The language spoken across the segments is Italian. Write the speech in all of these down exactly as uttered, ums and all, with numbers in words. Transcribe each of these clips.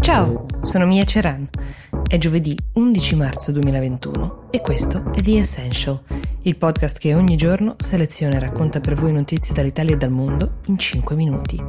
Ciao, sono Mia Ceran. È giovedì undici marzo duemilaventuno e questo è The Essential, il podcast che ogni giorno seleziona e racconta per voi notizie dall'Italia e dal mondo in cinque minuti.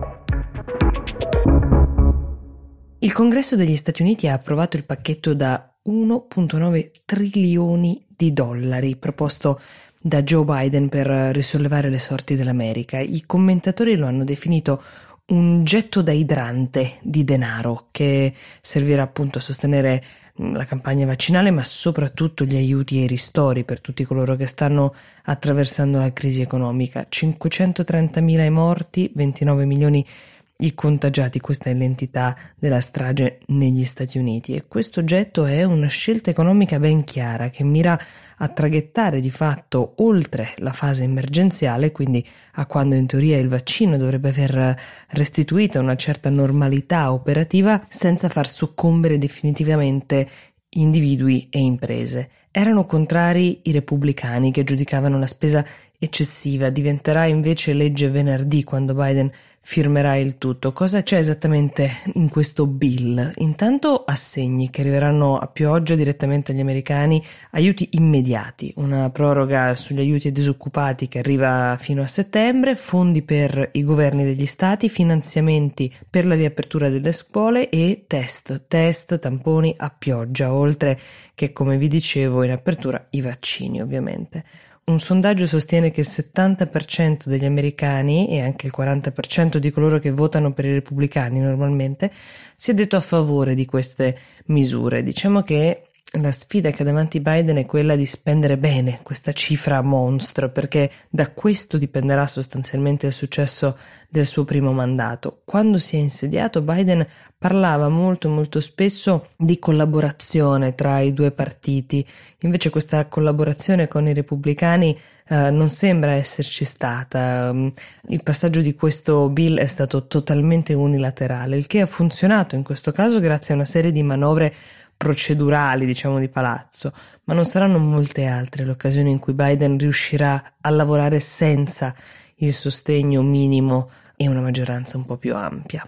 Il Congresso degli Stati Uniti ha approvato il pacchetto da uno virgola nove trilioni di dollari proposto da Joe Biden per risollevare le sorti dell'America. I commentatori lo hanno definito un getto da idrante di denaro che servirà appunto a sostenere la campagna vaccinale, ma soprattutto gli aiuti e i ristori per tutti coloro che stanno attraversando la crisi economica. cinquecentotrentamila i morti, ventinove milioni i contagiati, questa è l'entità della strage negli Stati Uniti, e questo getto è una scelta economica ben chiara che mira a traghettare di fatto oltre la fase emergenziale, quindi a quando in teoria il vaccino dovrebbe aver restituito una certa normalità operativa, senza far soccombere definitivamente individui e imprese. Erano contrari i repubblicani che giudicavano la spesa eccessiva. Diventerà invece legge venerdì quando Biden firmerà il tutto. Cosa c'è esattamente in questo bill? Intanto assegni che arriveranno a pioggia direttamente agli americani, aiuti immediati, una proroga sugli aiuti ai disoccupati che arriva fino a settembre, fondi per i governi degli stati, finanziamenti per la riapertura delle scuole e test, test, tamponi a pioggia, oltre che, come vi dicevo in apertura, i vaccini ovviamente. Un sondaggio sostiene che il settanta per cento degli americani e anche il quaranta per cento di coloro che votano per i repubblicani normalmente si è detto a favore di queste misure. Diciamo che la sfida che ha davanti Biden è quella di spendere bene questa cifra mostro, perché da questo dipenderà sostanzialmente il successo del suo primo mandato. Quando si è insediato, Biden parlava molto molto spesso di collaborazione tra i due partiti, invece questa collaborazione con i repubblicani eh, non sembra esserci stata. Il passaggio di questo bill è stato totalmente unilaterale, il che ha funzionato in questo caso grazie a una serie di manovre procedurali, diciamo di palazzo, ma non saranno molte altre le occasioni in cui Biden riuscirà a lavorare senza il sostegno minimo e una maggioranza un po' più ampia.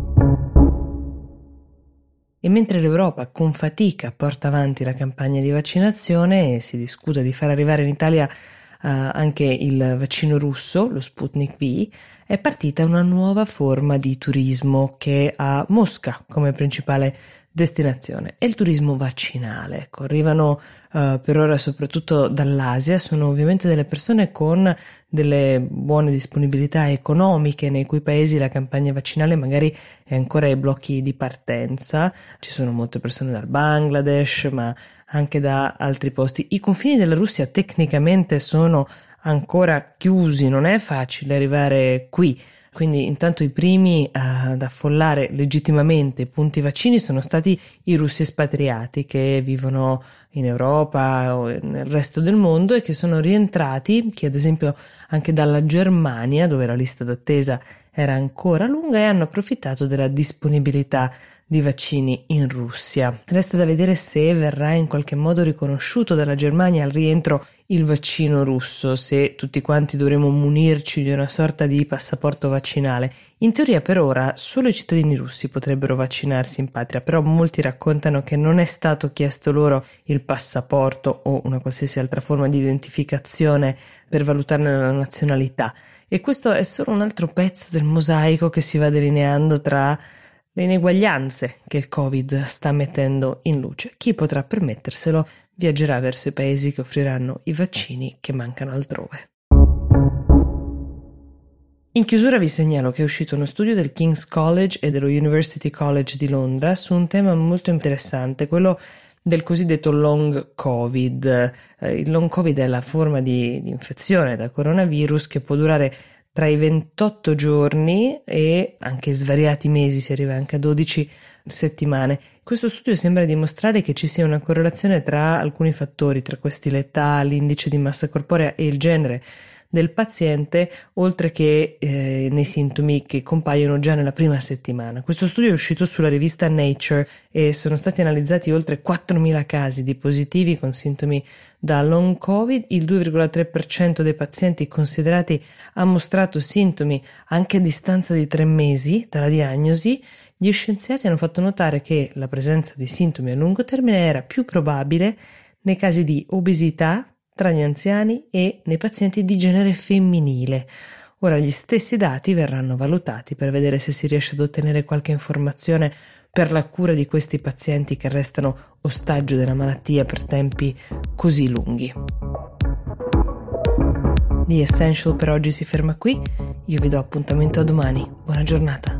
E mentre l'Europa con fatica porta avanti la campagna di vaccinazione e si discute di far arrivare in Italia Uh, anche il vaccino russo, lo Sputnik V, è partita una nuova forma di turismo che ha Mosca come principale destinazione, è il turismo vaccinale. Ecco, arrivano uh, per ora soprattutto dall'Asia, sono ovviamente delle persone con delle buone disponibilità economiche nei cui paesi la campagna vaccinale magari è ancora ai blocchi di partenza. Ci sono molte persone dal Bangladesh, ma anche da altri posti. I confini della Russia tecnicamente sono ancora chiusi, non è facile arrivare qui. Quindi intanto i primi ad affollare legittimamente i punti vaccini sono stati i russi espatriati che vivono in Europa o nel resto del mondo e che sono rientrati, che ad esempio anche dalla Germania, dove la lista d'attesa era ancora lunga, e hanno approfittato della disponibilità di vaccini in Russia. Resta da vedere se verrà in qualche modo riconosciuto dalla Germania al rientro il vaccino russo, se tutti quanti dovremo munirci di una sorta di passaporto vaccinale. In teoria per ora solo i cittadini russi potrebbero vaccinarsi in patria, però molti raccontano che non è stato chiesto loro il passaporto o una qualsiasi altra forma di identificazione per valutarne la nazionalità. E questo è solo un altro pezzo del mosaico che si va delineando tra le ineguaglianze che il Covid sta mettendo in luce. Chi potrà permetterselo viaggerà verso i paesi che offriranno i vaccini che mancano altrove. In chiusura vi segnalo che è uscito uno studio del King's College e dello University College di Londra su un tema molto interessante, quello del cosiddetto long covid. Eh, il long covid è la forma di, di infezione da coronavirus che può durare tra i ventotto giorni e anche svariati mesi, si arriva anche a dodici settimane. Questo studio sembra dimostrare che ci sia una correlazione tra alcuni fattori, tra questi l'età, l'indice di massa corporea e il genere del paziente, oltre che eh, nei sintomi che compaiono già nella prima settimana. Questo studio è uscito sulla rivista Nature e sono stati analizzati oltre quattromila casi di positivi con sintomi da long covid. Il due virgola tre per cento dei pazienti considerati ha mostrato sintomi anche a distanza di tre mesi dalla diagnosi. Gli scienziati hanno fatto notare che la presenza di sintomi a lungo termine era più probabile nei casi di obesità, tra gli anziani e nei pazienti di genere femminile. Ora gli stessi dati verranno valutati per vedere se si riesce ad ottenere qualche informazione per la cura di questi pazienti che restano ostaggio della malattia per tempi così lunghi. The Essential per oggi si ferma qui, io vi do appuntamento a domani, buona giornata.